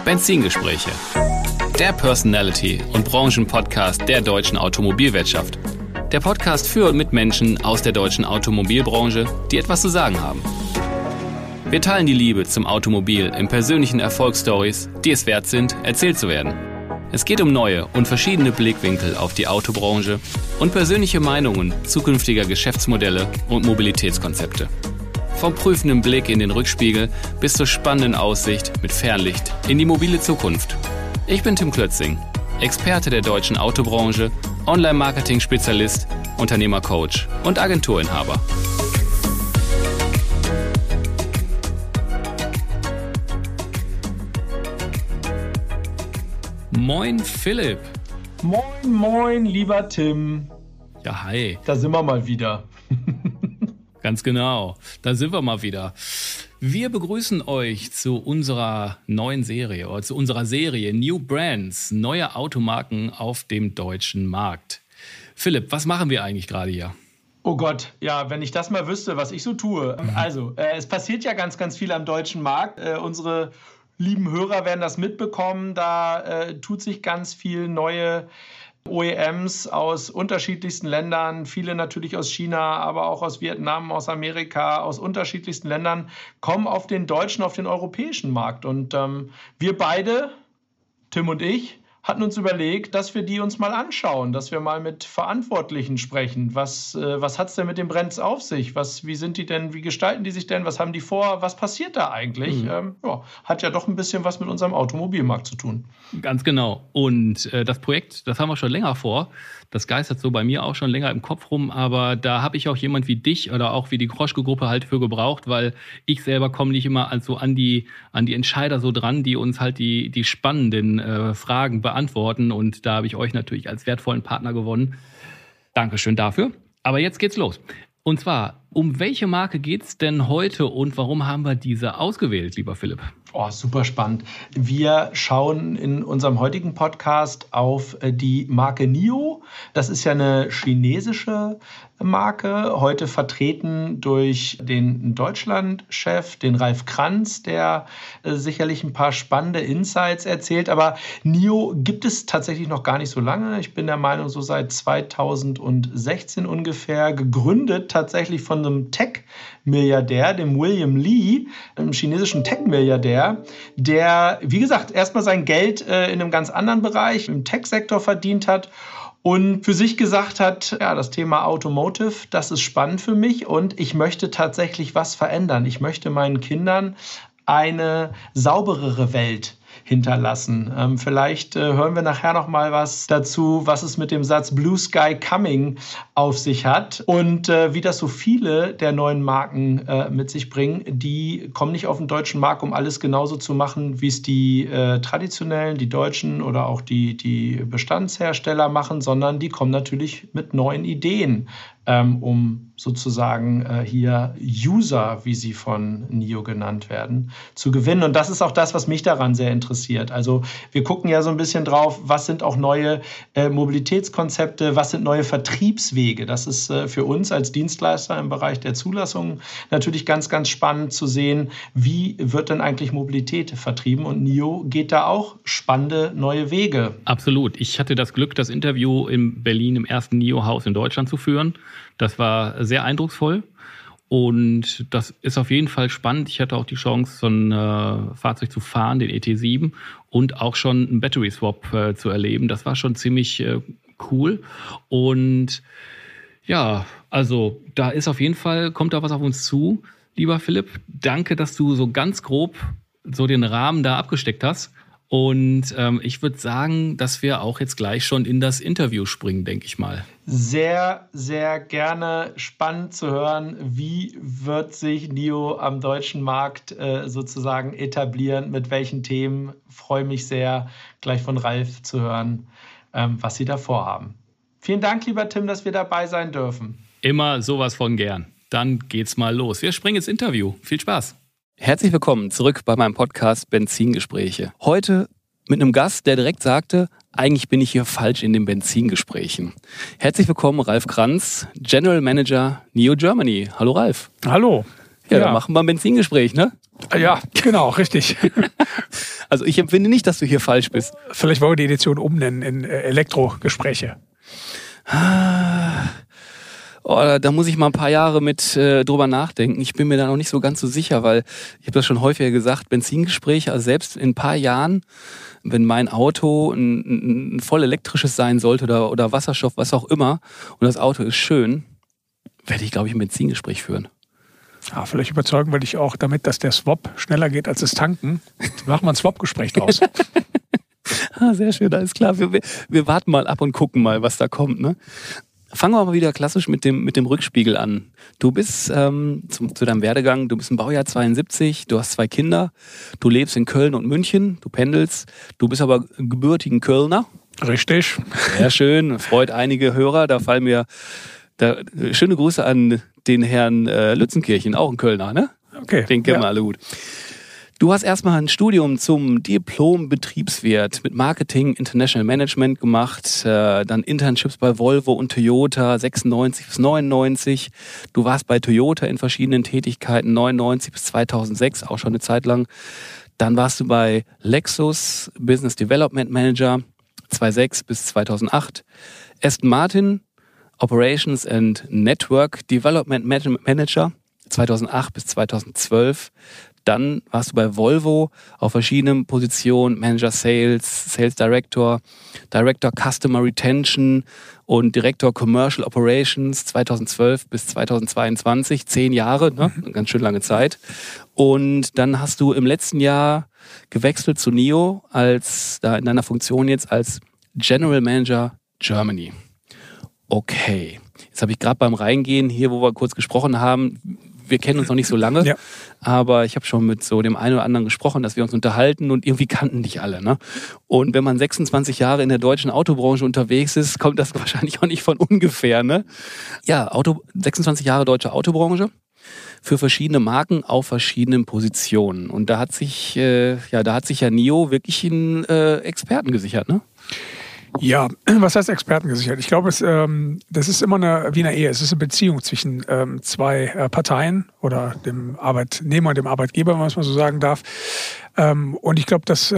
Benzingespräche. Der Personality- und Branchenpodcast der deutschen Automobilwirtschaft. Der Podcast für und mit Menschen aus der deutschen Automobilbranche, die etwas zu sagen haben. Wir teilen die Liebe zum Automobil in persönlichen Erfolgsstories, die es wert sind, erzählt zu werden. Es geht um neue und verschiedene Blickwinkel auf die Autobranche und persönliche Meinungen zukünftiger Geschäftsmodelle und Mobilitätskonzepte. Vom prüfenden Blick in den Rückspiegel bis zur spannenden Aussicht mit Fernlicht in die mobile Zukunft. Ich bin Tim Klötzing, Experte der deutschen Autobranche, Online-Marketing-Spezialist, Unternehmercoach und Agenturinhaber. Moin Philipp. Moin, moin, lieber Tim. Ja, hi. Da sind wir mal wieder. Ganz genau, da sind wir mal wieder. Wir begrüßen euch zu unserer neuen Serie oder zu unserer Serie New Brands, neue Automarken auf dem deutschen Markt. Philipp, was machen wir eigentlich gerade hier? Oh Gott, ja, wenn ich das mal wüsste, was ich so tue. Also, es passiert ja ganz, ganz viel am deutschen Markt. Unsere lieben Hörer werden das mitbekommen. Da tut sich ganz viel. Neue OEMs aus unterschiedlichsten Ländern, viele natürlich aus China, aber auch aus Vietnam, aus Amerika, aus unterschiedlichsten Ländern, kommen auf den deutschen, auf den europäischen Markt. Und wir beide, Tim und ich, hatten uns überlegt, dass wir die uns mal anschauen, dass wir mal mit Verantwortlichen sprechen. Was hat es denn mit den Brands auf sich? Wie sind die denn, wie gestalten die sich denn? Was haben die vor? Was passiert da eigentlich? Hat ja doch ein bisschen was mit unserem Automobilmarkt zu tun. Ganz genau. Und das Projekt, das haben wir schon länger vor. Das geistert so bei mir auch schon länger im Kopf rum, aber da habe ich auch jemand wie dich oder auch wie die Kroschke-Gruppe halt für gebraucht, weil ich selber komme nicht immer an die Entscheider so dran, die uns halt die spannenden Fragen beantworten, und da habe ich euch natürlich als wertvollen Partner gewonnen. Dankeschön dafür. Aber jetzt geht's los. Und zwar, um welche Marke geht's denn heute und warum haben wir diese ausgewählt, lieber Philipp? Oh, super spannend. Wir schauen in unserem heutigen Podcast auf die Marke NIO. Das ist ja eine chinesische Marke, heute vertreten durch den Deutschlandchef, den Ralf Kranz, der sicherlich ein paar spannende Insights erzählt. Aber NIO gibt es tatsächlich noch gar nicht so lange. Ich bin der Meinung, so seit 2016 ungefähr, gegründet tatsächlich von einem Tech-Milliardär, dem William Li, einem chinesischen Tech-Milliardär, der, wie gesagt, erstmal sein Geld in einem ganz anderen Bereich, im Tech-Sektor verdient hat und für sich gesagt hat, ja, das Thema Automotive, das ist spannend für mich und ich möchte tatsächlich was verändern. Ich möchte meinen Kindern eine sauberere Welt hinterlassen. Vielleicht hören wir nachher noch mal was dazu, was es mit dem Satz Blue Sky Coming auf sich hat und wie das so viele der neuen Marken mit sich bringen. Die kommen nicht auf den deutschen Markt, um alles genauso zu machen, wie es die traditionellen, die deutschen oder auch die Bestandshersteller machen, sondern die kommen natürlich mit neuen Ideen, um sozusagen hier User, wie sie von NIO genannt werden, zu gewinnen. Und das ist auch das, was mich daran sehr interessiert. Also wir gucken ja so ein bisschen drauf, was sind auch neue Mobilitätskonzepte, was sind neue Vertriebswege. Das ist für uns als Dienstleister im Bereich der Zulassung natürlich ganz, ganz spannend zu sehen, wie wird denn eigentlich Mobilität vertrieben. Und NIO geht da auch spannende neue Wege. Absolut. Ich hatte das Glück, das Interview in Berlin im ersten NIO-Haus in Deutschland zu führen. Das war sehr eindrucksvoll und das ist auf jeden Fall spannend. Ich hatte auch die Chance, so ein Fahrzeug zu fahren, den ET7, und auch schon einen Battery Swap zu erleben. Das war schon ziemlich cool. Und ja, also da ist auf jeden Fall, kommt da was auf uns zu, lieber Philipp. Danke, dass du so ganz grob so den Rahmen da abgesteckt hast. Und ich würde sagen, dass wir auch jetzt gleich schon in das Interview springen, denke ich mal. Sehr, sehr gerne. Spannend zu hören, wie wird sich NIO am deutschen Markt sozusagen etablieren, mit welchen Themen. Freue mich sehr, gleich von Ralf zu hören, was Sie da vorhaben. Vielen Dank, lieber Tim, dass wir dabei sein dürfen. Immer sowas von gern. Dann geht's mal los. Wir springen ins Interview. Viel Spaß. Herzlich willkommen zurück bei meinem Podcast Benzingespräche. Heute mit einem Gast, der direkt sagte, eigentlich bin ich hier falsch in den Benzingesprächen. Herzlich willkommen, Ralf Kranz, General Manager NIO Germany. Hallo Ralf. Hallo. Ja, dann machen wir ein Benzingespräch, ne? Ja, genau, richtig. Also ich empfinde nicht, dass du hier falsch bist. Vielleicht wollen wir die Edition umnennen in Elektrogespräche. Oh, da muss ich mal ein paar Jahre mit drüber nachdenken. Ich bin mir da noch nicht so ganz so sicher, weil ich habe das schon häufiger gesagt, Benzingespräche, also selbst in ein paar Jahren, wenn mein Auto ein voll elektrisches sein sollte oder Wasserstoff, was auch immer, und das Auto ist schön, werde ich, glaube ich, ein Benzingespräch führen. Ja, vielleicht überzeugen wir dich auch damit, dass der Swap schneller geht als das Tanken. Machen wir ein Swap-Gespräch draus. Sehr schön, alles klar. Wir warten mal ab und gucken mal, was da kommt, ne? Fangen wir mal wieder klassisch mit dem Rückspiegel an. Du bist zu deinem Werdegang, du bist im Baujahr 72, du hast 2 Kinder, du lebst in Köln und München, du pendelst, du bist aber gebürtigen Kölner. Richtig. Sehr schön, freut einige Hörer. Da fallen mir schöne Grüße an den Herrn Lützenkirchen, auch ein Kölner, ne? Okay. Den kennen wir alle gut. Du hast erstmal ein Studium zum Diplom-Betriebswirt mit Marketing, International Management gemacht, dann Internships bei Volvo und Toyota, 96 bis 99. Du warst bei Toyota in verschiedenen Tätigkeiten, 99 bis 2006, auch schon eine Zeit lang. Dann warst du bei Lexus, Business Development Manager, 2006 bis 2008. Aston Martin, Operations and Network Development Manager, 2008 bis 2012. Dann warst du bei Volvo auf verschiedenen Positionen, Manager Sales, Sales Director, Director Customer Retention und Director Commercial Operations 2012 bis 2022, 10 Jahre, ne? Eine ganz schön lange Zeit. Und dann hast du im letzten Jahr gewechselt zu NIO in deiner Funktion jetzt als General Manager Germany. Okay, jetzt habe ich gerade beim Reingehen hier, wo wir kurz gesprochen haben, wir kennen uns noch nicht so lange, ja. Aber ich habe schon mit so dem einen oder anderen gesprochen, dass wir uns unterhalten und irgendwie kannten dich alle, ne? Und wenn man 26 Jahre in der deutschen Autobranche unterwegs ist, kommt das wahrscheinlich auch nicht von ungefähr, ne? Ja, 26 Jahre deutsche Autobranche für verschiedene Marken auf verschiedenen Positionen. Und da hat sich ja NIO wirklich einen Experten gesichert, ne? Ja, was heißt Experten gesichert? Ich glaube, das ist immer wie eine Ehe. Es ist eine Beziehung zwischen 2 Parteien oder dem Arbeitnehmer und dem Arbeitgeber, wenn man es mal so sagen darf. Und ich glaube, das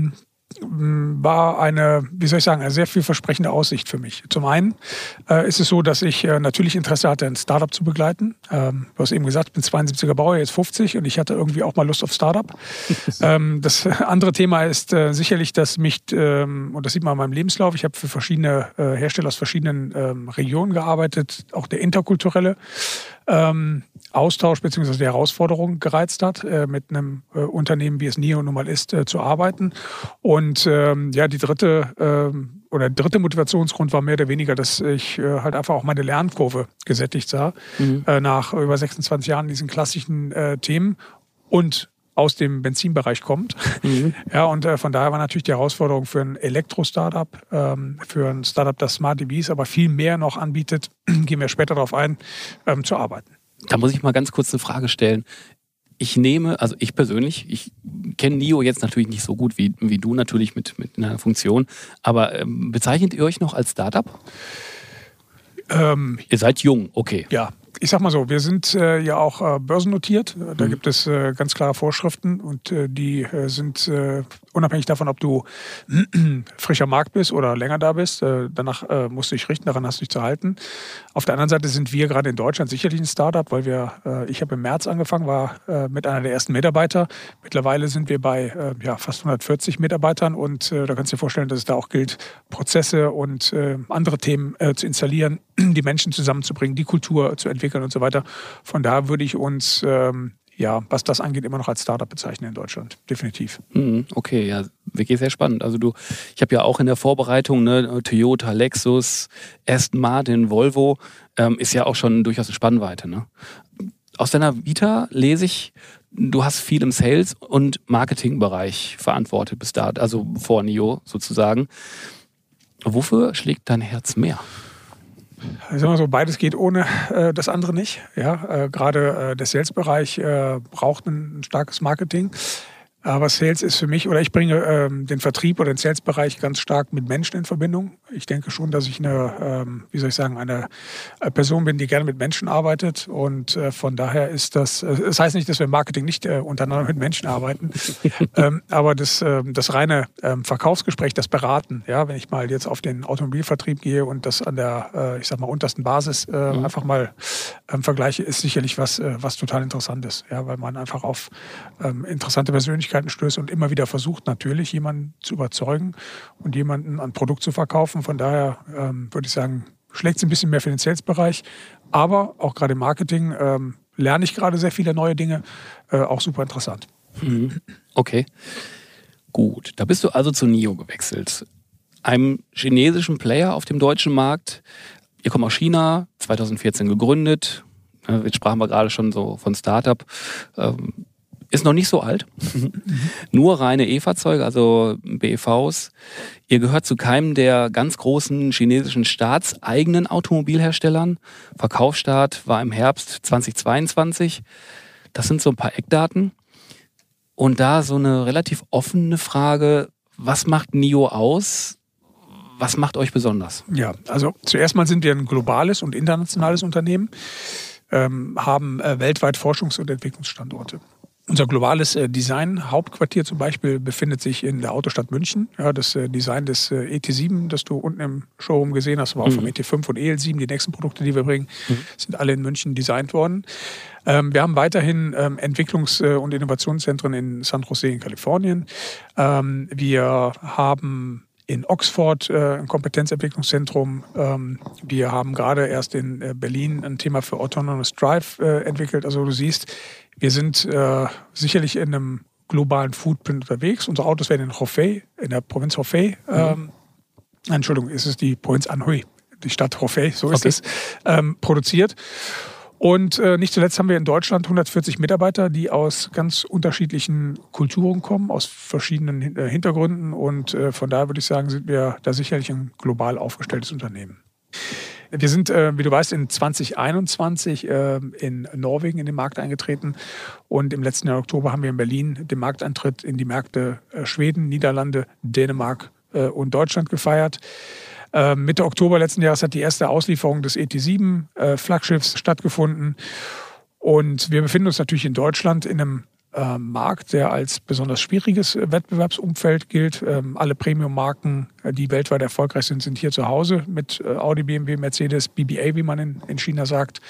war eine sehr vielversprechende Aussicht für mich. Zum einen ist es so, dass ich natürlich Interesse hatte, ein Startup zu begleiten. Du hast eben gesagt, ich bin 72er Baujahr, jetzt 50 und ich hatte irgendwie auch mal Lust auf Startup. Das andere Thema ist sicherlich, dass mich, und das sieht man in meinem Lebenslauf, ich habe für verschiedene Hersteller aus verschiedenen Regionen gearbeitet, auch der interkulturelle Austausch bzw. die Herausforderung gereizt hat, mit einem Unternehmen, wie es NIO nun mal ist, zu arbeiten. Und der dritte Motivationsgrund war mehr oder weniger, dass ich halt einfach auch meine Lernkurve gesättigt sah, nach über 26 Jahren diesen klassischen Themen und aus dem Benzinbereich kommt. Ja, und von daher war natürlich die Herausforderung für ein Elektro-Startup, für ein Startup, das Smart EVs aber viel mehr noch anbietet, gehen wir später darauf ein, zu arbeiten. Da muss ich mal ganz kurz eine Frage stellen. Ich persönlich, ich kenne NIO jetzt natürlich nicht so gut wie du natürlich mit einer Funktion, aber bezeichnet ihr euch noch als Startup? Ihr seid jung, okay. Ja, ich sag mal so, wir sind ja auch börsennotiert. Da gibt es ganz klare Vorschriften und die sind unabhängig davon, ob du frischer Markt bist oder länger da bist. Danach musst du dich richten, daran hast du dich zu halten. Auf der anderen Seite sind wir gerade in Deutschland sicherlich ein Startup, weil ich habe im März angefangen, war mit einer der ersten Mitarbeiter. Mittlerweile sind wir bei fast 140 Mitarbeitern und da kannst du dir vorstellen, dass es da auch gilt, Prozesse und andere Themen zu installieren, die Menschen zusammenzubringen, die Kultur zu entwickeln und so weiter. Von daher würde ich uns, was das angeht, immer noch als Startup bezeichnen in Deutschland. Definitiv. Okay, ja, wirklich sehr spannend. Also ich habe ja auch in der Vorbereitung, ne, Toyota, Lexus, Aston Martin, Volvo, ist ja auch schon durchaus eine Spannweite, ne? Aus deiner Vita lese ich, du hast viel im Sales- und Marketingbereich verantwortet bis da, also vor NIO sozusagen. Wofür schlägt dein Herz mehr? Ich sag mal so, beides geht ohne das andere nicht. Ja, gerade der Sales-Bereich braucht ein starkes Marketing. Aber Sales ist für mich, oder ich bringe den Vertrieb oder den Sales-Bereich ganz stark mit Menschen in Verbindung. Ich denke schon, dass ich eine Person bin, die gerne mit Menschen arbeitet. Und von daher ist das heißt nicht, dass wir im Marketing nicht untereinander mit Menschen arbeiten. Aber das reine Verkaufsgespräch, das Beraten, ja, wenn ich mal jetzt auf den Automobilvertrieb gehe und das an der, untersten Basis einfach mal vergleiche, ist sicherlich was total Interessantes. Ja, weil man einfach auf interessante Persönlichkeiten stößt und immer wieder versucht, natürlich jemanden zu überzeugen und jemanden ein Produkt zu verkaufen. Von daher würde ich sagen, schlägt es ein bisschen mehr für den Sales-Bereich. Aber auch gerade im Marketing lerne ich gerade sehr viele neue Dinge. Auch super interessant. Okay, gut. Da bist du also zu NIO gewechselt. Einem chinesischen Player auf dem deutschen Markt. Ihr kommt aus China, 2014 gegründet. Jetzt sprachen wir gerade schon so von Startup. Ist noch nicht so alt. Nur reine E-Fahrzeuge, also BEVs. Ihr gehört zu keinem der ganz großen chinesischen staatseigenen Automobilherstellern. Verkaufsstart war im Herbst 2022. Das sind so ein paar Eckdaten. Und da so eine relativ offene Frage, was macht NIO aus? Was macht euch besonders? Ja, also zuerst mal sind wir ein globales und internationales Unternehmen, haben weltweit Forschungs- und Entwicklungsstandorte. Unser globales Design-Hauptquartier zum Beispiel befindet sich in der Autostadt München. Ja, das Design des ET7, das du unten im Showroom gesehen hast, aber auch vom ET5 und EL7, die nächsten Produkte, die wir bringen, sind alle in München designt worden. Wir haben weiterhin Entwicklungs- und Innovationszentren in San Jose in Kalifornien. Wir haben in Oxford ein Kompetenzentwicklungszentrum. Wir haben gerade erst in Berlin ein Thema für Autonomous Drive entwickelt. Also du siehst, wir sind sicherlich in einem globalen Footprint unterwegs. Unsere Autos werden in Hefei, in der Provinz Hefei, es ist die Provinz Anhui, die Stadt Hefei, so ist es, produziert. Und nicht zuletzt haben wir in Deutschland 140 Mitarbeiter, die aus ganz unterschiedlichen Kulturen kommen, aus verschiedenen Hintergründen. Und von daher würde ich sagen, sind wir da sicherlich ein global aufgestelltes Unternehmen. Wir sind, wie du weißt, in 2021 in Norwegen in den Markt eingetreten. Und im letzten Jahr Oktober haben wir in Berlin den Markteintritt in die Märkte Schweden, Niederlande, Dänemark und Deutschland gefeiert. Mitte Oktober letzten Jahres hat die erste Auslieferung des ET7 Flaggschiffs stattgefunden. Und wir befinden uns natürlich in Deutschland in einem Markt, der als besonders schwieriges Wettbewerbsumfeld gilt. Alle Premium-Marken, die weltweit erfolgreich sind, sind hier zu Hause mit Audi, BMW, Mercedes, BBA, wie man in China sagt.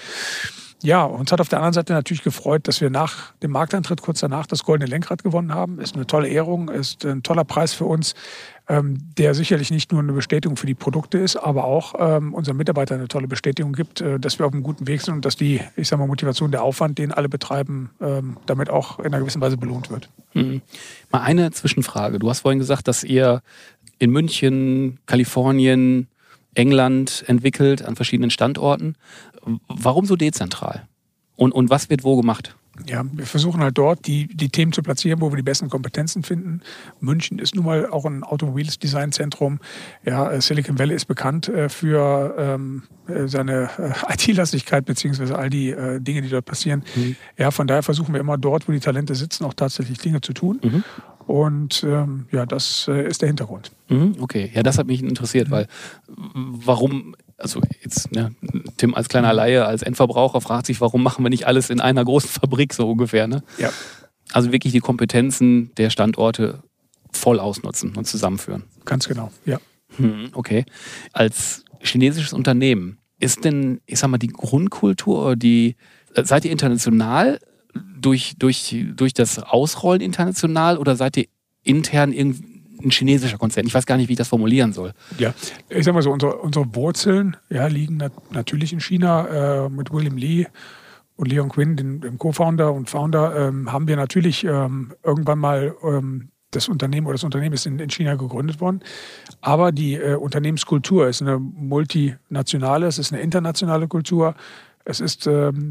Ja, uns hat auf der anderen Seite natürlich gefreut, dass wir nach dem Markteintritt kurz danach das Goldene Lenkrad gewonnen haben. Ist eine tolle Ehrung, ist ein toller Preis für uns, der sicherlich nicht nur eine Bestätigung für die Produkte ist, aber auch unseren Mitarbeitern eine tolle Bestätigung gibt, dass wir auf einem guten Weg sind und dass die, Motivation, der Aufwand, den alle betreiben, damit auch in einer gewissen Weise belohnt wird. Mal eine Zwischenfrage. Du hast vorhin gesagt, dass ihr in München, Kalifornien, England entwickelt, an verschiedenen Standorten. Warum so dezentral? Und was wird wo gemacht? Ja, wir versuchen halt dort die Themen zu platzieren, wo wir die besten Kompetenzen finden. München ist nun mal auch ein automobiles Designzentrum. Ja, Silicon Valley ist bekannt für seine IT-Lastigkeit beziehungsweise all die Dinge, die dort passieren. Ja, von daher versuchen wir immer dort, wo die Talente sitzen, auch tatsächlich Dinge zu tun. Und das ist der Hintergrund. Okay, ja, das hat mich interessiert, weil warum, also jetzt, ne, Tim als kleiner Laie, als Endverbraucher fragt sich, warum machen wir nicht alles in einer großen Fabrik so ungefähr, ne? Ja. Also wirklich die Kompetenzen der Standorte voll ausnutzen und zusammenführen. Ganz genau, ja. Okay. Als chinesisches Unternehmen, ist denn, die Grundkultur, seid ihr international durch das Ausrollen international oder seid ihr intern irgendwie ein chinesischer Konzern? Ich weiß gar nicht, wie ich das formulieren soll. Ja, ich sag mal so, unsere Wurzeln liegen natürlich in China. Mit William Li und Leon Quinn, dem Co-Founder und Founder, haben wir natürlich irgendwann mal das Unternehmen ist in China gegründet worden. Aber die Unternehmenskultur ist eine multinationale, es ist eine internationale Kultur. Es ist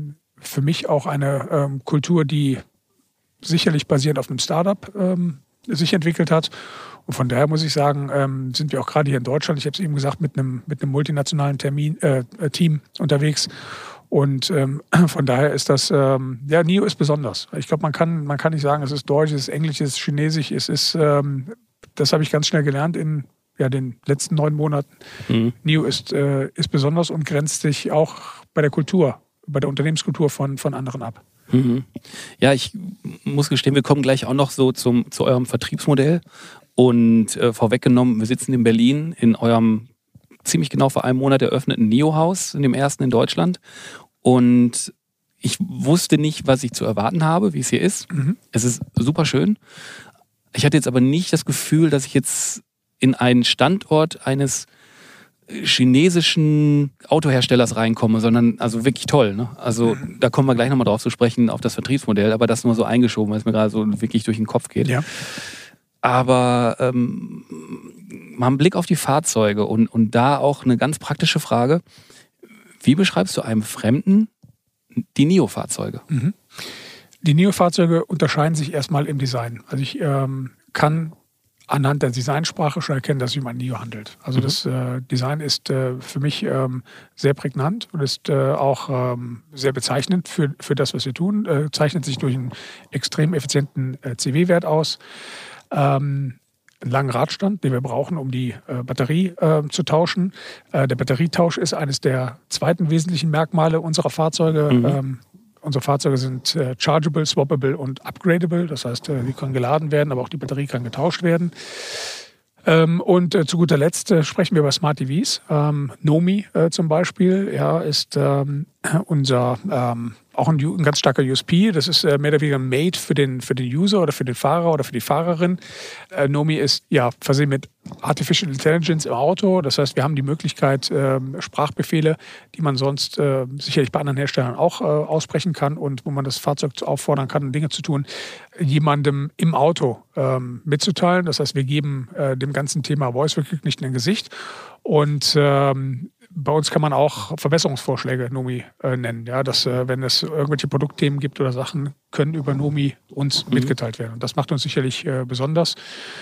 für mich auch eine Kultur, die sicherlich basierend auf einem Startup sich entwickelt hat. Und von daher muss ich sagen, sind wir auch gerade hier in Deutschland, ich habe es eben gesagt, mit einem multinationalen Team unterwegs. Und von daher ist das, NIO ist besonders. Ich glaube, man kann nicht sagen, es ist Deutsch, es ist Englisch, es ist Chinesisch, es ist, das habe ich ganz schnell gelernt in den letzten 9 Monaten. NIO ist besonders und grenzt sich auch bei der Kultur, bei der Unternehmenskultur von anderen ab. Ja, ich muss gestehen, wir kommen gleich auch noch so zu eurem Vertriebsmodell. Und vorweggenommen, wir sitzen in Berlin in eurem ziemlich genau vor einem Monat eröffneten NIO-Haus, in dem ersten in Deutschland. Und ich wusste nicht, was ich zu erwarten habe, wie es hier ist. Es ist super schön. Ich hatte jetzt aber nicht das Gefühl, dass ich jetzt in einen Standort eines chinesischen Autoherstellers reinkomme, sondern also wirklich toll. Ne? Also da kommen wir gleich nochmal drauf zu sprechen, auf das Vertriebsmodell, aber das nur so eingeschoben, weil es mir gerade so wirklich durch den Kopf geht. Ja. Aber mal einen Blick auf die Fahrzeuge und da auch eine ganz praktische Frage. Wie beschreibst du einem Fremden die NIO-Fahrzeuge? Die NIO-Fahrzeuge unterscheiden sich erstmal im Design. Also ich kann anhand der Designsprache schon erkennen, dass es sich um ein NIO handelt. Also das Design ist für mich sehr prägnant und ist auch sehr bezeichnend für das, was wir tun. Zeichnet sich durch einen extrem effizienten CW-Wert aus. Einen langen Radstand, den wir brauchen, um die Batterie zu tauschen. Der Batterietausch ist eines der zweiten wesentlichen Merkmale unserer Fahrzeuge. Unsere Fahrzeuge sind chargeable, swappable und upgradable. Das heißt, die können geladen werden, aber auch die Batterie kann getauscht werden. Und zu guter Letzt sprechen wir über Smart TVs. Nomi zum Beispiel ist unser auch ein ganz starker USP. Das ist mehr oder weniger made für den User oder für den Fahrer oder für die Fahrerin. Nomi ist versehen mit Artificial Intelligence im Auto. Das heißt, wir haben die Möglichkeit, Sprachbefehle, die man sonst sicherlich bei anderen Herstellern auch aussprechen kann und wo man das Fahrzeug auffordern kann, Dinge zu tun, jemandem im Auto mitzuteilen. Das heißt, wir geben dem ganzen Thema Voice Recognition ein Gesicht und bei uns kann man auch Verbesserungsvorschläge Nomi nennen. Ja, dass, wenn es irgendwelche Produktthemen gibt oder Sachen, können über Nomi uns mitgeteilt werden. Und das macht uns sicherlich besonders.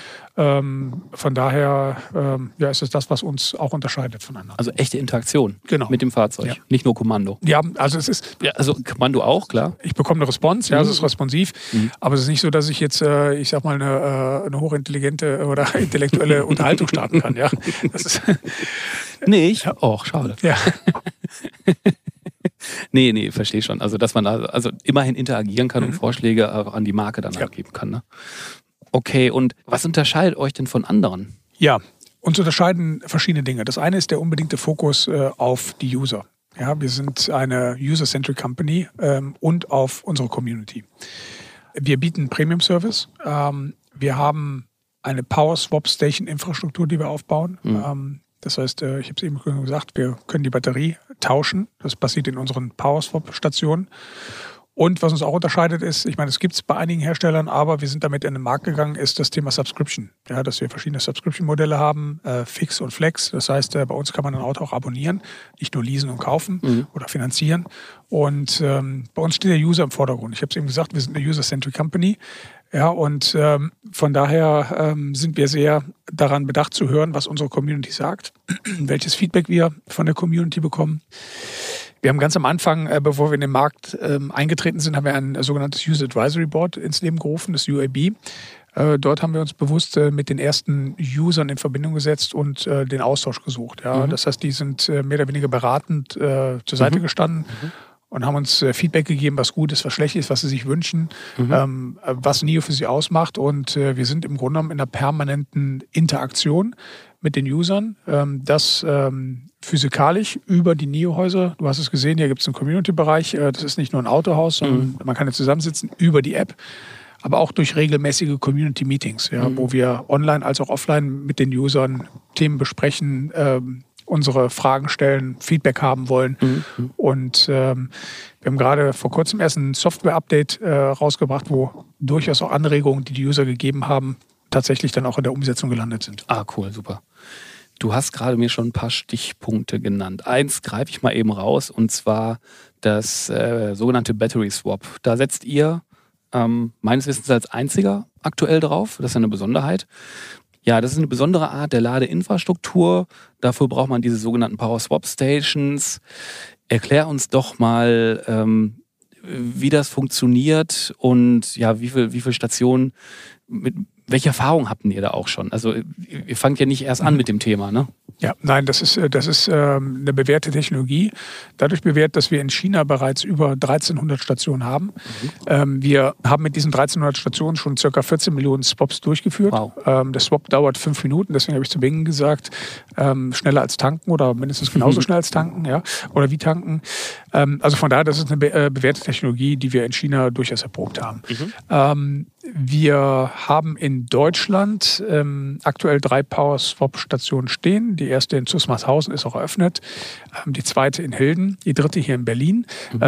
Von daher ist es das, was uns auch unterscheidet von anderen. Also echte Interaktion mit dem Fahrzeug, nicht nur Kommando. Ja, also es ist... Ja, also Kommando auch, klar. Ich bekomme eine Response, es ist responsiv, aber es ist nicht so, dass ich jetzt, ich sag mal, eine hochintelligente oder intellektuelle Unterhaltung starten kann. Ja, das ist nicht? Oh, schade. Ja. Nee, verstehe schon. Also, dass man da immerhin interagieren kann und Vorschläge auch an die Marke dann abgeben kann. Ne? Okay, und was unterscheidet euch denn von anderen? Ja, uns unterscheiden verschiedene Dinge. Das eine ist der unbedingte Fokus auf die User. Ja, wir sind eine User-Centric Company und auf unsere Community. Wir bieten Premium-Service. Wir haben eine Power-Swap-Station-Infrastruktur, die wir aufbauen. Das heißt, ich habe es eben gesagt, wir können die Batterie tauschen. Das passiert in unseren Power-Swap-Stationen. Und was uns auch unterscheidet ist, ich meine, es gibt es bei einigen Herstellern, aber wir sind damit in den Markt gegangen, ist das Thema Subscription. Ja, dass wir verschiedene Subscription-Modelle haben, Fix und Flex. Das heißt, bei uns kann man ein Auto auch abonnieren, nicht nur leasen und kaufen oder finanzieren. Und bei uns steht der User im Vordergrund. Ich habe es eben gesagt, wir sind eine User-Centric Company. Ja, und von daher sind wir sehr daran bedacht zu hören, was unsere Community sagt, welches Feedback wir von der Community bekommen. Wir haben ganz am Anfang, bevor wir in den Markt eingetreten sind, haben wir ein sogenanntes User Advisory Board ins Leben gerufen, das UAB. Dort haben wir uns bewusst mit den ersten Usern in Verbindung gesetzt und den Austausch gesucht. Ja. Das heißt, die sind mehr oder weniger beratend zur Seite gestanden und haben uns Feedback gegeben, was gut ist, was schlecht ist, was sie sich wünschen, was NIO für sie ausmacht. Und wir sind im Grunde genommen in einer permanenten Interaktion mit den Usern, das physikalisch über die NIO-Häuser. Du hast es gesehen, hier gibt es einen Community-Bereich. Das ist nicht nur ein Autohaus, sondern man kann ja zusammensitzen über die App, aber auch durch regelmäßige Community-Meetings, wo wir online als auch offline mit den Usern Themen besprechen, unsere Fragen stellen, Feedback haben wollen. Und wir haben gerade vor kurzem erst ein Software-Update rausgebracht, wo durchaus auch Anregungen, die User gegeben haben, tatsächlich dann auch in der Umsetzung gelandet sind. Ah, cool, super. Du hast gerade mir schon ein paar Stichpunkte genannt. Eins greife ich mal eben raus, und zwar das sogenannte Battery Swap. Da setzt ihr meines Wissens als einziger aktuell drauf. Das ist eine Besonderheit. Ja, das ist eine besondere Art der Ladeinfrastruktur. Dafür braucht man diese sogenannten Power Swap Stations. Erklär uns doch mal, wie das funktioniert und ja, wie viel Stationen, welche Erfahrungen habt ihr da auch schon? Also ihr fangt ja nicht erst an mit dem Thema, ne? Ja, nein, das ist eine bewährte Technologie. Dadurch bewährt, dass wir in China bereits über 1300 Stationen haben. Wir haben mit diesen 1300 Stationen schon ca. 14 Millionen Swaps durchgeführt. Wow. Der Swap dauert 5 Minuten, deswegen habe ich zu Beginn gesagt, schneller als tanken oder mindestens genauso schnell als tanken, ja, oder wie tanken. Also von daher, das ist eine bewährte Technologie, die wir in China durchaus erprobt haben. Wir haben in Deutschland aktuell 3 Power-Swap-Stationen stehen. Die erste in Zusmarshausen ist auch eröffnet, die zweite in Hilden, die dritte hier in Berlin.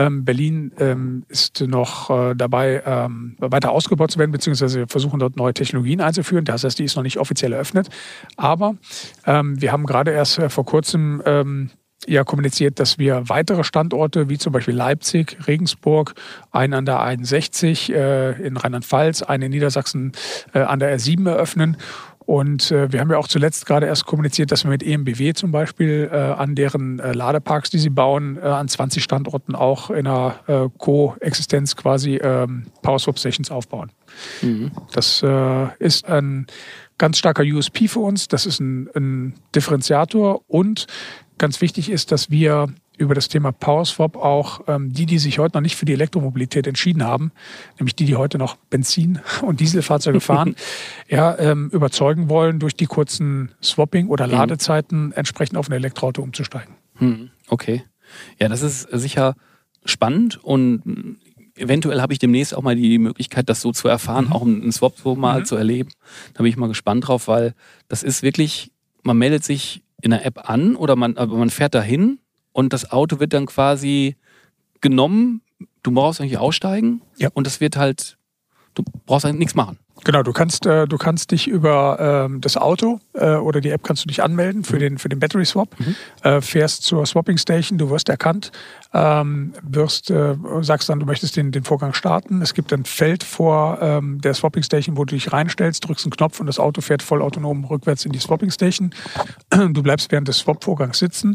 Berlin ist noch dabei, weiter ausgebaut zu werden, beziehungsweise wir versuchen dort neue Technologien einzuführen. Das heißt, die ist noch nicht offiziell eröffnet. Aber wir haben gerade erst vor kurzem kommuniziert, dass wir weitere Standorte, wie zum Beispiel Leipzig, Regensburg, einen an der 61 in Rheinland-Pfalz, einen in Niedersachsen an der R7 eröffnen. Und wir haben ja auch zuletzt gerade erst kommuniziert, dass wir mit EMBW zum Beispiel an deren Ladeparks, die sie bauen, an 20 Standorten auch in einer Koexistenz quasi Power-Swap-Stations aufbauen. Das ist ein ganz starker USP für uns. Das ist ein Differenziator und ganz wichtig ist, dass wir über das Thema Power-Swap auch die sich heute noch nicht für die Elektromobilität entschieden haben, nämlich die heute noch Benzin- und Dieselfahrzeuge fahren, überzeugen wollen, durch die kurzen Swapping- oder Ladezeiten entsprechend auf ein Elektroauto umzusteigen. Okay. Ja, das ist sicher spannend und eventuell habe ich demnächst auch mal die Möglichkeit, das so zu erfahren, auch einen Swap so mal zu erleben. Da bin ich mal gespannt drauf, weil das ist wirklich, man meldet sich in der App an oder man fährt dahin und das Auto wird dann quasi genommen, du brauchst eigentlich aussteigen und das wird halt, du brauchst halt nichts machen. Genau, du kannst dich über das Auto oder die App kannst du dich anmelden für den Battery Swap, fährst zur Swapping Station, du wirst erkannt, sagst dann, du möchtest den Vorgang starten. Es gibt ein Feld vor der Swapping Station, wo du dich reinstellst, drückst einen Knopf und das Auto fährt vollautonom rückwärts in die Swapping Station. Du bleibst während des Swap-Vorgangs sitzen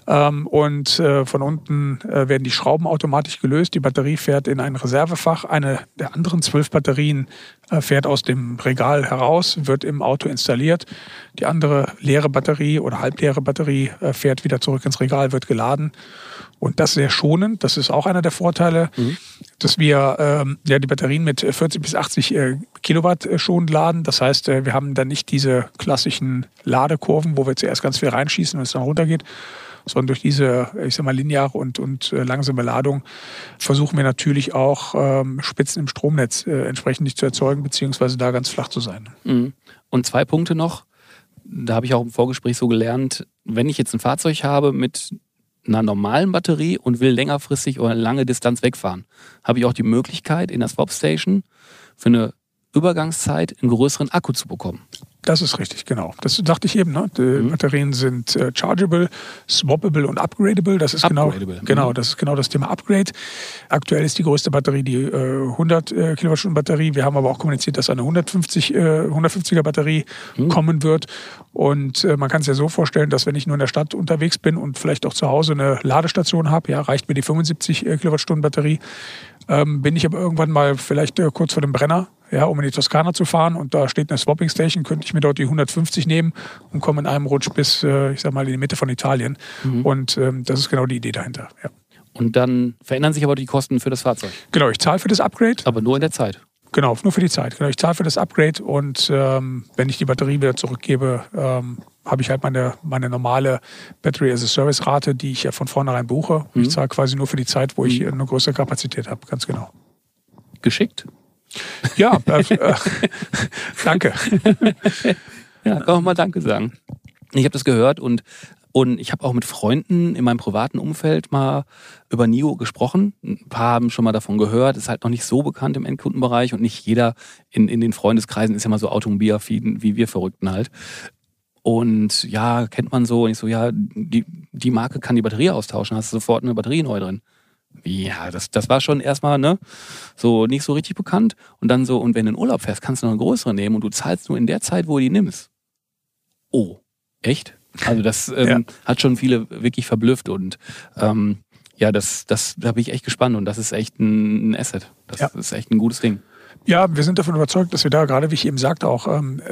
und von unten werden die Schrauben automatisch gelöst. Die Batterie fährt in ein Reservefach. Eine der anderen 12 Batterien fährt aus dem Regal heraus, wird im Auto installiert. Die andere leere Batterie oder halbleere Batterie fährt wieder zurück ins Regal, wird geladen. Und das sehr schonend. Das ist auch einer der Vorteile, dass wir die Batterien mit 40 bis 80 Kilowatt schonend laden. Das heißt, wir haben dann nicht diese klassischen Ladekurven, wo wir zuerst ganz viel reinschießen und es dann runtergeht, sondern durch diese, lineare und langsame Ladung versuchen wir natürlich auch Spitzen im Stromnetz entsprechend nicht zu erzeugen, beziehungsweise da ganz flach zu sein. Und 2 Punkte noch, da habe ich auch im Vorgespräch so gelernt, wenn ich jetzt ein Fahrzeug habe mit einer normalen Batterie und will längerfristig oder eine lange Distanz wegfahren, habe ich auch die Möglichkeit, in der Swap-Station für eine Übergangszeit einen größeren Akku zu bekommen. Das ist richtig, genau. Das dachte ich eben. Ne? Die Batterien sind chargeable, swappable und upgradable. Das ist das ist genau das Thema Upgrade. Aktuell ist die größte Batterie die 100 Kilowattstunden Batterie. Wir haben aber auch kommuniziert, dass eine 150er Batterie kommen wird. Und man kann es ja so vorstellen, dass wenn ich nur in der Stadt unterwegs bin und vielleicht auch zu Hause eine Ladestation habe, reicht mir die 75 Kilowattstunden Batterie. Bin ich aber irgendwann mal vielleicht kurz vor dem Brenner, um in die Toskana zu fahren und da steht eine Swapping Station, könnte ich mir dort die 150 nehmen und komme in einem Rutsch bis, in die Mitte von Italien. Und das ist genau die Idee dahinter. Ja. Und dann verändern sich aber die Kosten für das Fahrzeug? Genau, ich zahle für das Upgrade. Aber nur in der Zeit? Genau, nur für die Zeit. Genau, ich zahle für das Upgrade und wenn ich die Batterie wieder zurückgebe, habe ich halt meine normale Battery-as-a-Service-Rate, die ich ja von vornherein buche. Ich zahle quasi nur für die Zeit, wo ich eine größere Kapazität habe, ganz genau. Geschickt? Ja, danke. Ja, kann man mal Danke sagen. Ich habe das gehört und ich habe auch mit Freunden in meinem privaten Umfeld mal über NIO gesprochen. Ein paar haben schon mal davon gehört. Ist halt noch nicht so bekannt im Endkundenbereich und nicht jeder in den Freundeskreisen ist ja mal so automobilaffin wie wir Verrückten halt. Und ja, kennt man so. Und ich so, ja, die Marke kann die Batterie austauschen. Hast du sofort eine Batterie neu drin. Ja, das war schon erstmal so nicht so richtig bekannt. Und dann so, und wenn du in Urlaub fährst, kannst du noch eine größere nehmen und du zahlst nur in der Zeit, wo du die nimmst. Oh, echt? Also das hat schon viele wirklich verblüfft und Ja, da bin ich echt gespannt und das ist echt ein Asset. Das ist echt ein gutes Ding. Ja, wir sind davon überzeugt, dass wir da gerade, wie ich eben sagte, auch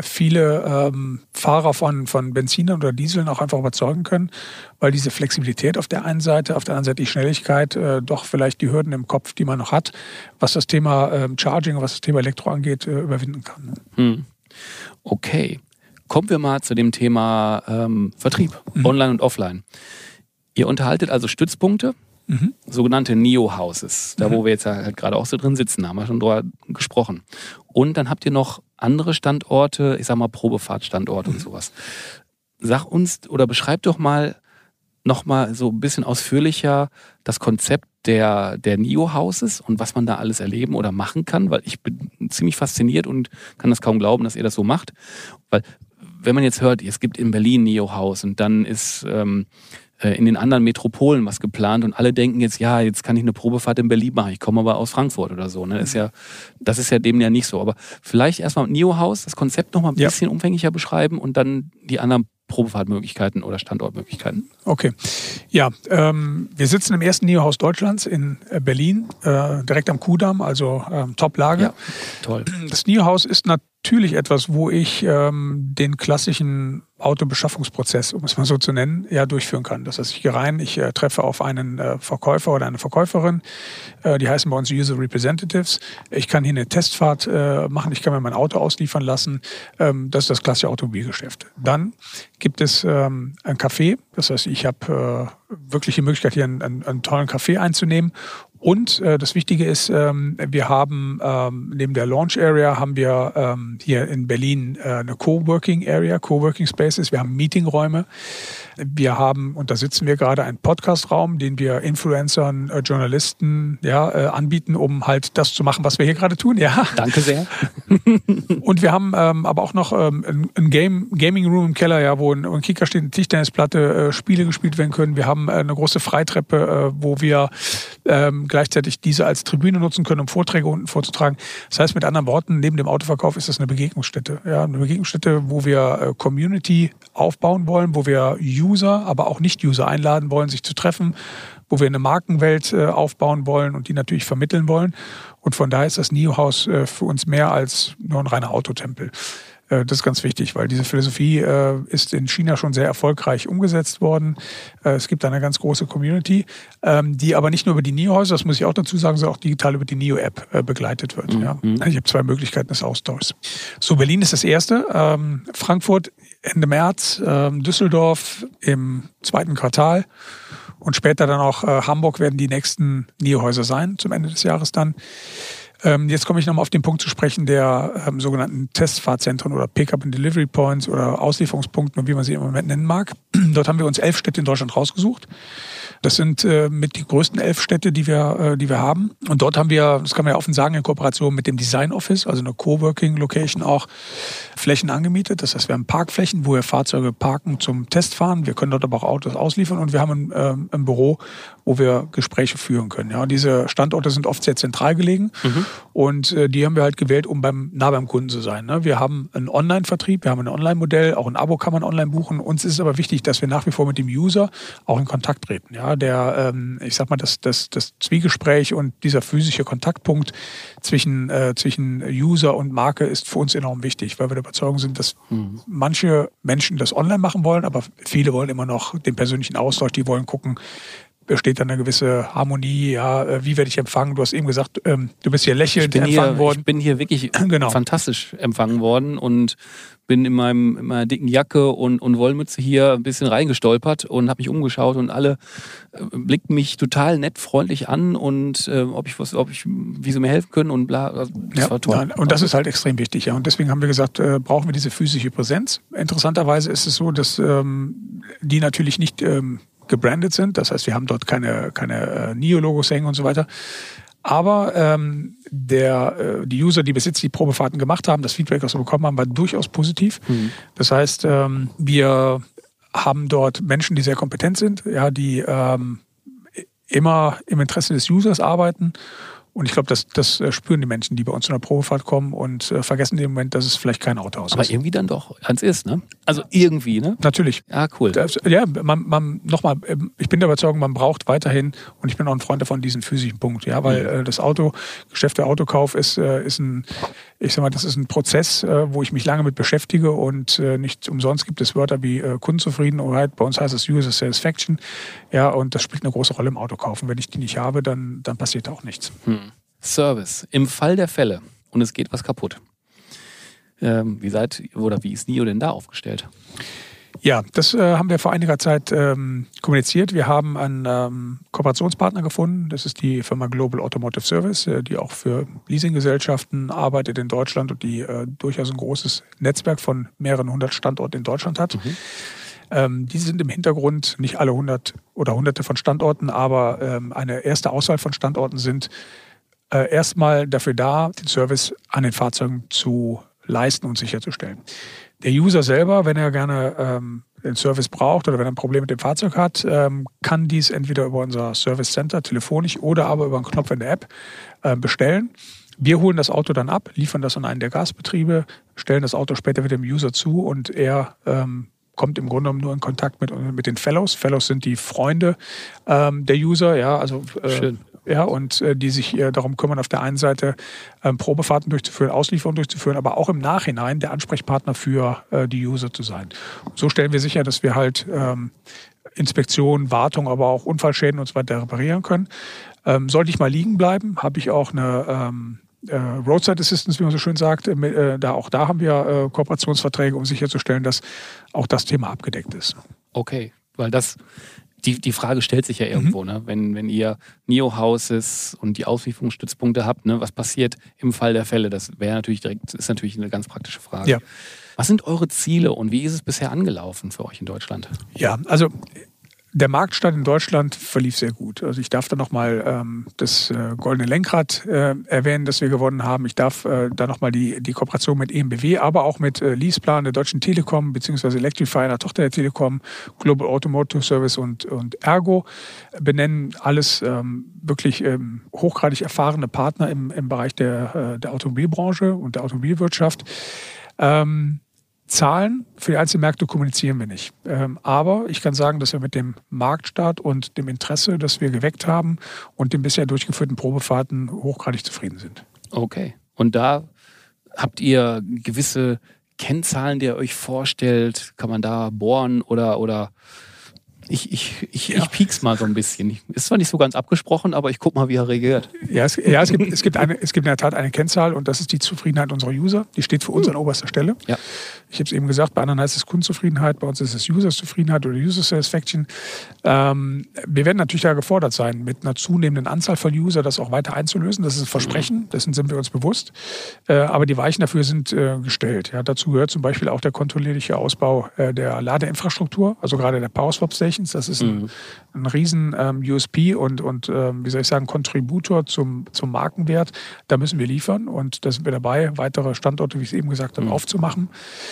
viele Fahrer von Benzinern oder Dieseln auch einfach überzeugen können, weil diese Flexibilität auf der einen Seite, auf der anderen Seite die Schnelligkeit, doch vielleicht die Hürden im Kopf, die man noch hat, was das Thema Charging und was das Thema Elektro angeht, überwinden kann. Okay, kommen wir mal zu dem Thema Vertrieb, Online und Offline. Ihr unterhaltet also Stützpunkte, sogenannte Neo-Houses, da wo wir jetzt halt gerade auch so drin sitzen, haben wir schon drüber gesprochen. Und dann habt ihr noch andere Standorte, ich sag mal Probefahrtstandorte und sowas. Sag uns oder beschreib doch mal nochmal so ein bisschen ausführlicher das Konzept der Neo-Houses und was man da alles erleben oder machen kann, weil ich bin ziemlich fasziniert und kann das kaum glauben, dass ihr das so macht. Weil wenn man jetzt hört, es gibt in Berlin Neo-House und dann ist in den anderen Metropolen was geplant und alle denken jetzt, ja, jetzt kann ich eine Probefahrt in Berlin machen, ich komme aber aus Frankfurt oder so. Ne? Das ist ja dem ja nicht so. Aber vielleicht erstmal Neo-House, das Konzept nochmal ein bisschen umfänglicher beschreiben und dann die anderen Probefahrtmöglichkeiten oder Standortmöglichkeiten. Okay. Ja, wir sitzen im ersten Neo-Haus Deutschlands in Berlin, direkt am Kudamm, also Top-Lage. Ja, toll. Das Neo-Haus ist natürlich etwas, wo ich den klassischen Autobeschaffungsprozess, um es mal so zu nennen, durchführen kann. Das heißt, ich gehe rein, ich treffe auf einen Verkäufer oder eine Verkäuferin, die heißen bei uns User Representatives. Ich kann hier eine Testfahrt machen, ich kann mir mein Auto ausliefern lassen. Das ist das klassische Automobilgeschäft. Dann gibt es ein Café, das heißt, ich habe wirklich die Möglichkeit, hier einen tollen Kaffee einzunehmen. Und das Wichtige ist, wir haben neben der Launch Area haben wir hier in Berlin eine Coworking Area, Coworking Spaces. Wir haben Meetingräume. Wir haben, und da sitzen wir gerade, einen Podcastraum, den wir Influencern, Journalisten anbieten, um halt das zu machen, was wir hier gerade tun. Ja. Danke sehr. Und wir haben aber auch noch ein Gaming Room im Keller, wo ein Kicker steht, eine Tischtennisplatte, Spiele gespielt werden können. Wir haben eine große Freitreppe, wo wir gleichzeitig diese als Tribüne nutzen können, um Vorträge unten vorzutragen. Das heißt mit anderen Worten, neben dem Autoverkauf ist das eine Begegnungsstätte. Ja, eine Begegnungsstätte, wo wir Community aufbauen wollen, wo wir User, aber auch Nicht-User einladen wollen, sich zu treffen, wo wir eine Markenwelt aufbauen wollen und die natürlich vermitteln wollen. Und von daher ist das Neo-Haus für uns mehr als nur ein reiner Autotempel. Das ist ganz wichtig, weil diese Philosophie ist in China schon sehr erfolgreich umgesetzt worden. Es gibt eine ganz große Community, die aber nicht nur über die Neo-Häuser, das muss ich auch dazu sagen, sondern auch digital über die Neo-App begleitet wird. Ja. Ich habe 2 Möglichkeiten des Austauschs. So, Berlin ist das erste, Frankfurt Ende März, Düsseldorf im 2. Quartal und später dann auch Hamburg werden die nächsten Neo-Häuser sein, zum Ende des Jahres dann. Jetzt komme ich nochmal auf den Punkt zu sprechen der sogenannten Testfahrzentren oder Pick-up-and-Delivery-Points oder Auslieferungspunkten, wie man sie im Moment nennen mag. Dort haben wir uns 11 Städte in Deutschland rausgesucht. Das sind mit die größten 11 Städte, die wir haben. Und dort haben wir, das kann man ja offen sagen, in Kooperation mit dem Design Office, also eine Coworking-Location auch, Flächen angemietet. Das heißt, wir haben Parkflächen, wo wir Fahrzeuge parken zum Testfahren. Wir können dort aber auch Autos ausliefern und wir haben ein Büro, wo wir Gespräche führen können. Ja, diese Standorte sind oft sehr zentral gelegen und die haben wir halt gewählt, um nah beim Kunden zu sein. Ne? Wir haben einen Online-Vertrieb, wir haben ein Online-Modell, auch ein Abo kann man online buchen. Uns ist es aber wichtig, dass wir nach wie vor mit dem User auch in Kontakt treten. Ja, ich sag mal, das Zwiegespräch und dieser physische Kontaktpunkt zwischen User und Marke ist für uns enorm wichtig, weil wir der Überzeugung sind, dass manche Menschen das online machen wollen, aber viele wollen immer noch den persönlichen Austausch, die wollen gucken, besteht da eine gewisse Harmonie, wie werde ich empfangen? Du hast eben gesagt, du bist hier lächelnd empfangen worden. Ich bin hier wirklich fantastisch empfangen worden und bin in meiner dicken Jacke und Wollmütze hier ein bisschen reingestolpert und habe mich umgeschaut und alle blickten mich total nett, freundlich an und wie sie mir helfen können und bla. Das war toll. Und das ist halt extrem wichtig. Ja. Und deswegen haben wir gesagt, brauchen wir diese physische Präsenz. Interessanterweise ist es so, dass die natürlich nicht gebrandet sind. Das heißt, wir haben dort keine NIO-Logos hängen und so weiter. Aber die User, die bis jetzt die Probefahrten gemacht haben, das Feedback, das wir bekommen haben, war durchaus positiv. Das heißt, wir haben dort Menschen, die sehr kompetent sind, die immer im Interesse des Users arbeiten Und ich glaube, das spüren die Menschen, die bei uns in der Probefahrt kommen und vergessen im Moment, dass es vielleicht kein Autohaus ist. Aber irgendwie dann doch eins ist, ne? Also irgendwie, ne? Natürlich. Ja, cool. Ich bin der Überzeugung, man braucht weiterhin, und ich bin auch ein Freund davon, diesen physischen Punkt, ja, weil das Geschäft der Autokauf ist ein Prozess, wo ich mich lange mit beschäftige und nicht umsonst gibt es Wörter wie Kundenzufriedenheit. Bei uns heißt es User Satisfaction. Ja, und das spielt eine große Rolle im Autokauf. Und wenn ich die nicht habe, dann passiert auch nichts. Service. Im Fall der Fälle und es geht was kaputt. Wie ist NIO denn da aufgestellt? Ja, das haben wir vor einiger Zeit kommuniziert. Wir haben einen Kooperationspartner gefunden. Das ist die Firma Global Automotive Service, die auch für Leasinggesellschaften arbeitet in Deutschland und die durchaus ein großes Netzwerk von mehreren 100 Standorten in Deutschland hat. Die sind im Hintergrund nicht alle 100 oder hunderte von Standorten, aber eine erste Auswahl von Standorten sind erstmal dafür da, den Service an den Fahrzeugen zu leisten und sicherzustellen. Der User selber, wenn er gerne den Service braucht oder wenn er ein Problem mit dem Fahrzeug hat, kann dies entweder über unser Service Center telefonisch oder aber über einen Knopf in der App bestellen. Wir holen das Auto dann ab, liefern das an einen der Gasbetriebe, stellen das Auto später wieder dem User zu und er kommt im Grunde genommen nur in Kontakt mit den Fellows. Fellows sind die Freunde der User, ja, also Schön. Ja, und die sich darum kümmern, auf der einen Seite Probefahrten durchzuführen, Auslieferungen durchzuführen, aber auch im Nachhinein der Ansprechpartner für die User zu sein. Und so stellen wir sicher, dass wir halt Inspektion, Wartung, aber auch Unfallschäden und so weiter reparieren können. Sollte ich mal liegen bleiben, habe ich auch eine Roadside Assistance, wie man so schön sagt. Auch da haben wir Kooperationsverträge, um sicherzustellen, dass auch das Thema abgedeckt ist. Okay, weil die Frage stellt sich ja irgendwo, ne? Wenn ihr NIO-Houses und die Auslieferungsstützpunkte habt, ne? Was passiert im Fall der Fälle? Das ist natürlich eine ganz praktische Frage. Ja. Was sind eure Ziele und wie ist es bisher angelaufen für euch in Deutschland? Ja, also der Marktstart in Deutschland verlief sehr gut. Also ich darf da nochmal das Goldene Lenkrad erwähnen, das wir gewonnen haben. Ich darf da nochmal die Kooperation mit EMBW, aber auch mit Leaseplan, der Deutschen Telekom, beziehungsweise Electrify, einer Tochter der Telekom, Global Automotive Service und Ergo benennen. Alles wirklich hochgradig erfahrene Partner im Bereich der Automobilbranche und der Automobilwirtschaft. Zahlen für die Einzelmärkte kommunizieren wir nicht. Aber ich kann sagen, dass wir mit dem Marktstart und dem Interesse, das wir geweckt haben und den bisher durchgeführten Probefahrten hochgradig zufrieden sind. Okay. Und da habt ihr gewisse Kennzahlen, die ihr euch vorstellt? Kann man da bohren oder ich piek's mal so ein bisschen. Ist zwar nicht so ganz abgesprochen, aber ich guck mal, wie er reagiert. Es gibt in der Tat eine Kennzahl und das ist die Zufriedenheit unserer User. Die steht für uns an oberster Stelle. Ja. Ich habe es eben gesagt, bei anderen heißt es Kundenzufriedenheit, bei uns ist es User-Zufriedenheit oder User Satisfaction. Wir werden natürlich da gefordert sein, mit einer zunehmenden Anzahl von User das auch weiter einzulösen. Das ist ein Versprechen, dessen sind wir uns bewusst. Aber die Weichen dafür sind gestellt. Ja, dazu gehört zum Beispiel auch der kontinuierliche Ausbau der Ladeinfrastruktur, also gerade der Power-Swap-Stations. Das ist ein riesen USP und Kontributor zum Markenwert. Da müssen wir liefern und da sind wir dabei, weitere Standorte, wie ich es eben gesagt habe, aufzumachen.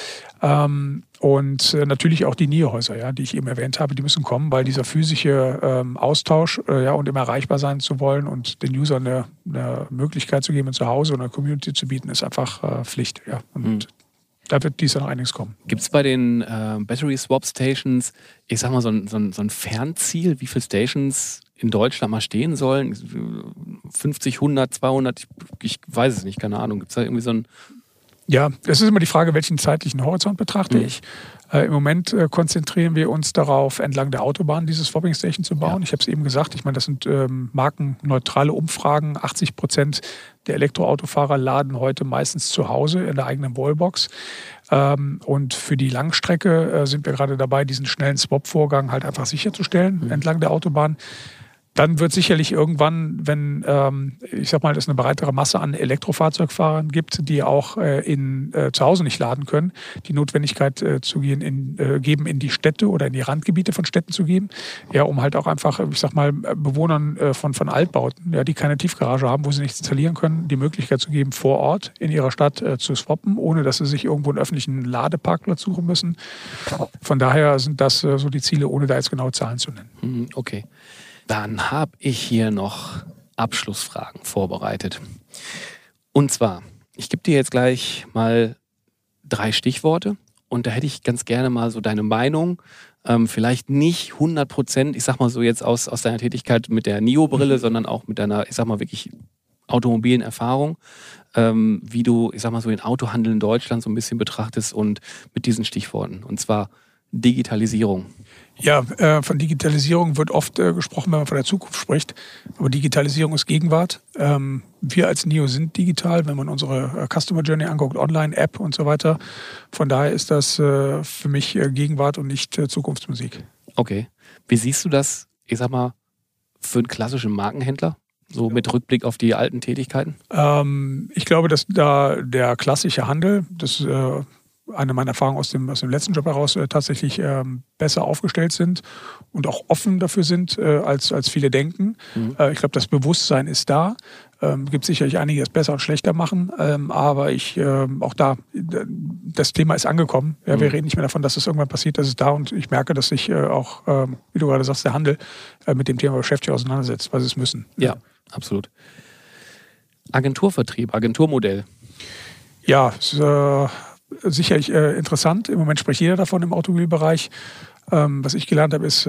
Und natürlich auch die NIO-Häuser, ja, die ich eben erwähnt habe, die müssen kommen, weil dieser physische Austausch und immer erreichbar sein zu wollen und den Usern eine Möglichkeit zu geben, zu Hause oder eine Community zu bieten, ist einfach Pflicht. Ja. Und da wird dies noch einiges kommen. Gibt es bei den Battery Swap Stations, ich sag mal, so ein Fernziel, wie viele Stations in Deutschland mal stehen sollen? 50, 100, 200, ich weiß es nicht, keine Ahnung. Gibt es da irgendwie so ein... Ja, es ist immer die Frage, welchen zeitlichen Horizont betrachte ich. Im Moment konzentrieren wir uns darauf, entlang der Autobahn diese Swapping Station zu bauen. Ja. Ich habe es eben gesagt, ich meine, das sind markenneutrale Umfragen. 80% der Elektroautofahrer laden heute meistens zu Hause in der eigenen Wallbox. Und für die Langstrecke sind wir gerade dabei, diesen schnellen Swap-Vorgang halt einfach sicherzustellen entlang der Autobahn. Dann wird sicherlich irgendwann, wenn, es eine breitere Masse an Elektrofahrzeugfahrern gibt, die auch zu Hause nicht laden können, die Notwendigkeit geben, in die Städte oder in die Randgebiete von Städten zu gehen, ja, um halt auch einfach, Bewohnern von Altbauten, ja, die keine Tiefgarage haben, wo sie nichts installieren können, die Möglichkeit zu geben, vor Ort in ihrer Stadt zu swappen, ohne dass sie sich irgendwo einen öffentlichen Ladeparkplatz suchen müssen. Von daher sind das so die Ziele, ohne da jetzt genaue Zahlen zu nennen. Okay. Dann habe ich hier noch Abschlussfragen vorbereitet. Und zwar, ich gebe dir jetzt gleich mal 3 Stichworte und da hätte ich ganz gerne mal so deine Meinung, vielleicht nicht 100%, ich sag mal so jetzt aus deiner Tätigkeit mit der NIO-Brille, sondern auch mit deiner, ich sag mal wirklich automobilen Erfahrung, wie du, ich sag mal so den Autohandel in Deutschland so ein bisschen betrachtest und mit diesen Stichworten. Und zwar Digitalisierung. Ja, von Digitalisierung wird oft gesprochen, wenn man von der Zukunft spricht. Aber Digitalisierung ist Gegenwart. Wir als NIO sind digital, wenn man unsere Customer Journey anguckt, Online, App und so weiter. Von daher ist das für mich Gegenwart und nicht Zukunftsmusik. Okay. Wie siehst du das, ich sag mal, für einen klassischen Markenhändler? So mit Rückblick auf die alten Tätigkeiten? Ich glaube, dass da der klassische Handel, das ist eine meiner Erfahrungen aus dem letzten Job heraus, tatsächlich besser aufgestellt sind und auch offen dafür sind, als viele denken. Ich glaube, das Bewusstsein ist da. Gibt sicherlich einige, die es besser und schlechter machen, aber auch da, das Thema ist angekommen. Ja, wir reden nicht mehr davon, dass es irgendwann passiert, das ist da und ich merke, dass sich auch, wie du gerade sagst, der Handel mit dem Thema beschäftigt auseinandersetzt, weil sie es müssen. Ja, absolut. Agenturvertrieb, Agenturmodell. Ja, sicherlich interessant. Im Moment spricht jeder davon im Automobilbereich. Was ich gelernt habe, ist,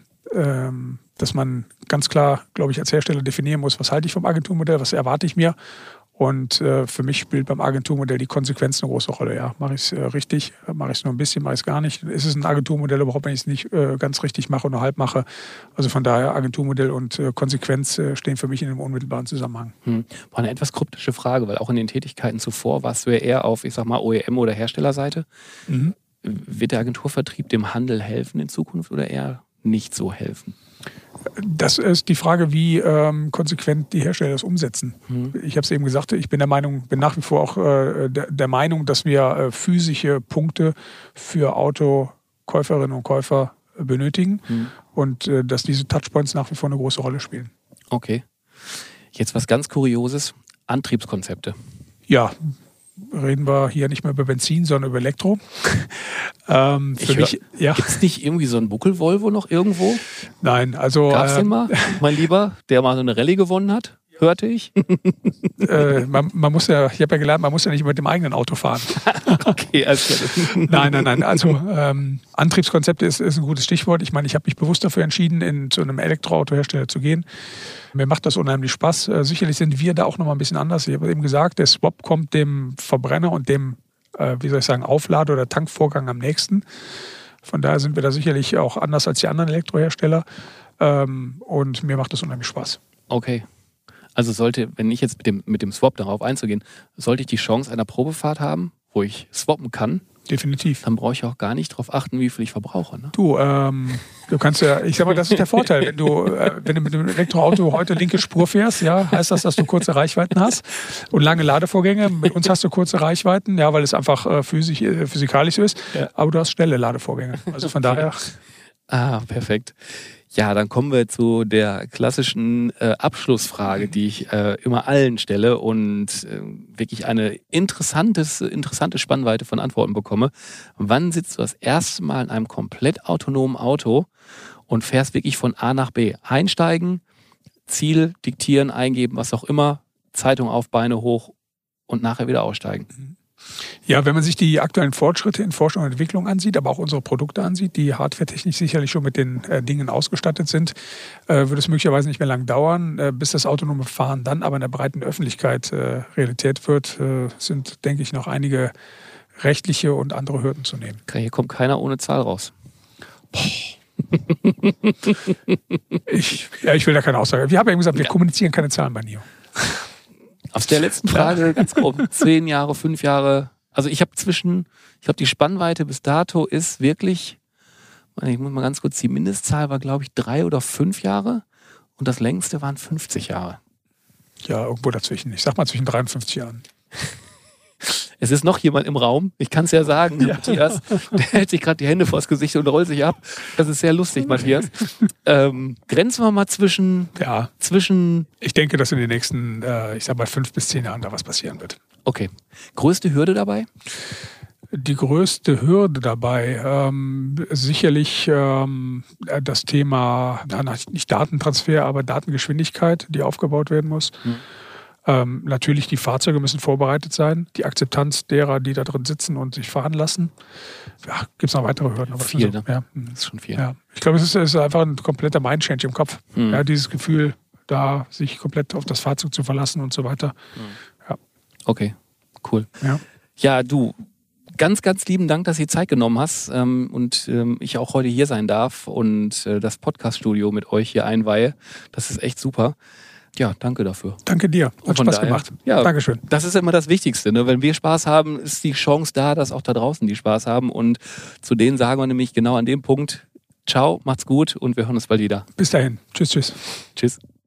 dass man ganz klar, glaube ich, als Hersteller definieren muss, was halte ich vom Agenturmodell, was erwarte ich mir. Und für mich spielt beim Agenturmodell die Konsequenz eine große Rolle. Ja, mache ich es richtig, mache ich es nur ein bisschen, mache ich es gar nicht. Ist es ein Agenturmodell überhaupt, wenn ich es nicht ganz richtig mache und nur halb mache? Also von daher, Agenturmodell und Konsequenz stehen für mich in einem unmittelbaren Zusammenhang. War eine etwas kryptische Frage, weil auch in den Tätigkeiten zuvor warst du ja eher auf, ich sag mal, OEM- oder Herstellerseite. Wird der Agenturvertrieb dem Handel helfen in Zukunft oder eher nicht so helfen? Das ist die Frage, wie konsequent die Hersteller das umsetzen. Ich habe es eben gesagt, ich bin nach wie vor auch der Meinung, dass wir physische Punkte für Autokäuferinnen und Käufer benötigen und dass diese Touchpoints nach wie vor eine große Rolle spielen. Okay. Jetzt was ganz Kurioses, Antriebskonzepte. Ja, reden wir hier nicht mehr über Benzin, sondern über Elektro. Gibt es nicht irgendwie so einen Buckel-Volvo noch irgendwo? Nein, also... Gab es den mal, mein Lieber, der mal so eine Rallye gewonnen hat? Hörte ich. Man muss ja, ich habe ja gelernt, man muss ja nicht mit dem eigenen Auto fahren. Okay, alles klar. Nein. Also Antriebskonzepte ist ein gutes Stichwort. Ich meine, ich habe mich bewusst dafür entschieden, zu einem Elektroautohersteller zu gehen. Mir macht das unheimlich Spaß. Sicherlich sind wir da auch noch mal ein bisschen anders. Ich habe eben gesagt, der Swap kommt dem Verbrenner und dem, Auflade- oder Tankvorgang am nächsten. Von daher sind wir da sicherlich auch anders als die anderen Elektrohersteller. Und mir macht das unheimlich Spaß. Okay. Also wenn ich jetzt mit dem Swap darauf einzugehen, sollte ich die Chance einer Probefahrt haben, wo ich swappen kann, definitiv. Dann brauche ich auch gar nicht darauf achten, wie viel ich verbrauche. Ne? Du kannst ja, ich sag mal, das ist der Vorteil. Wenn du mit dem Elektroauto heute linke Spur fährst, ja, heißt das, dass du kurze Reichweiten hast und lange Ladevorgänge. Mit uns hast du kurze Reichweiten, ja, weil es einfach physikalisch so ist. Ja. Aber du hast schnelle Ladevorgänge. Also von daher. Perfekt. Ja, dann kommen wir zu der klassischen Abschlussfrage, die ich immer allen stelle und wirklich eine interessante Spannweite von Antworten bekomme. Wann sitzt du das erste Mal in einem komplett autonomen Auto und fährst wirklich von A nach B? Einsteigen, Ziel, diktieren, eingeben, was auch immer, Zeitung auf, Beine hoch und nachher wieder aussteigen. Ja, wenn man sich die aktuellen Fortschritte in Forschung und Entwicklung ansieht, aber auch unsere Produkte ansieht, die hardwaretechnisch sicherlich schon mit den Dingen ausgestattet sind, würde es möglicherweise nicht mehr lang dauern, bis das autonome Fahren dann aber in der breiten Öffentlichkeit Realität wird, sind, denke ich, noch einige rechtliche und andere Hürden zu nehmen. Okay, hier kommt keiner ohne Zahl raus. Ich will da keine Aussage. Wir haben ja eben gesagt, wir kommunizieren keine Zahlen bei NIO. Aus der letzten Frage ganz grob, 10 Jahre, 5 Jahre. Also ich glaube, die Spannweite bis dato ist wirklich, ich muss mal ganz kurz, die Mindestzahl war, glaube ich, 3 oder 5 Jahre und das längste waren 50 Jahre. Ja, irgendwo dazwischen. Ich sag mal zwischen 3 und 50 Jahren. Es ist noch jemand im Raum, ich kann es ja sagen, Matthias, der hält sich gerade die Hände vors Gesicht und rollt sich ab. Das ist sehr lustig, Matthias. Grenzen wir mal zwischen... Ich denke, dass in den nächsten, 5 bis 10 Jahren da was passieren wird. Okay. Größte Hürde dabei? Die größte Hürde dabei sicherlich das Thema, nicht Datentransfer, aber Datengeschwindigkeit, die aufgebaut werden muss. Natürlich, die Fahrzeuge müssen vorbereitet sein. Die Akzeptanz derer, die da drin sitzen und sich fahren lassen. Ja, gibt es noch weitere Hürden. Aber viel, so, ne? Ja. Das ist schon viel. Ja. Ich glaube, es ist einfach ein kompletter Mindchange im Kopf. Ja, dieses Gefühl, da sich komplett auf das Fahrzeug zu verlassen und so weiter. Ja. Okay, cool. Ja. Ja, du, ganz, ganz lieben Dank, dass du dir Zeit genommen hast und ich auch heute hier sein darf und das Podcast-Studio mit euch hier einweihe. Das ist echt super. Ja, danke dafür. Danke dir. Hat Spaß gemacht. Ja, Dankeschön. Das ist immer das Wichtigste. Ne? Wenn wir Spaß haben, ist die Chance da, dass auch da draußen die Spaß haben. Und zu denen sagen wir nämlich genau an dem Punkt, ciao, macht's gut und wir hören uns bald wieder. Bis dahin. Tschüss, tschüss. Tschüss.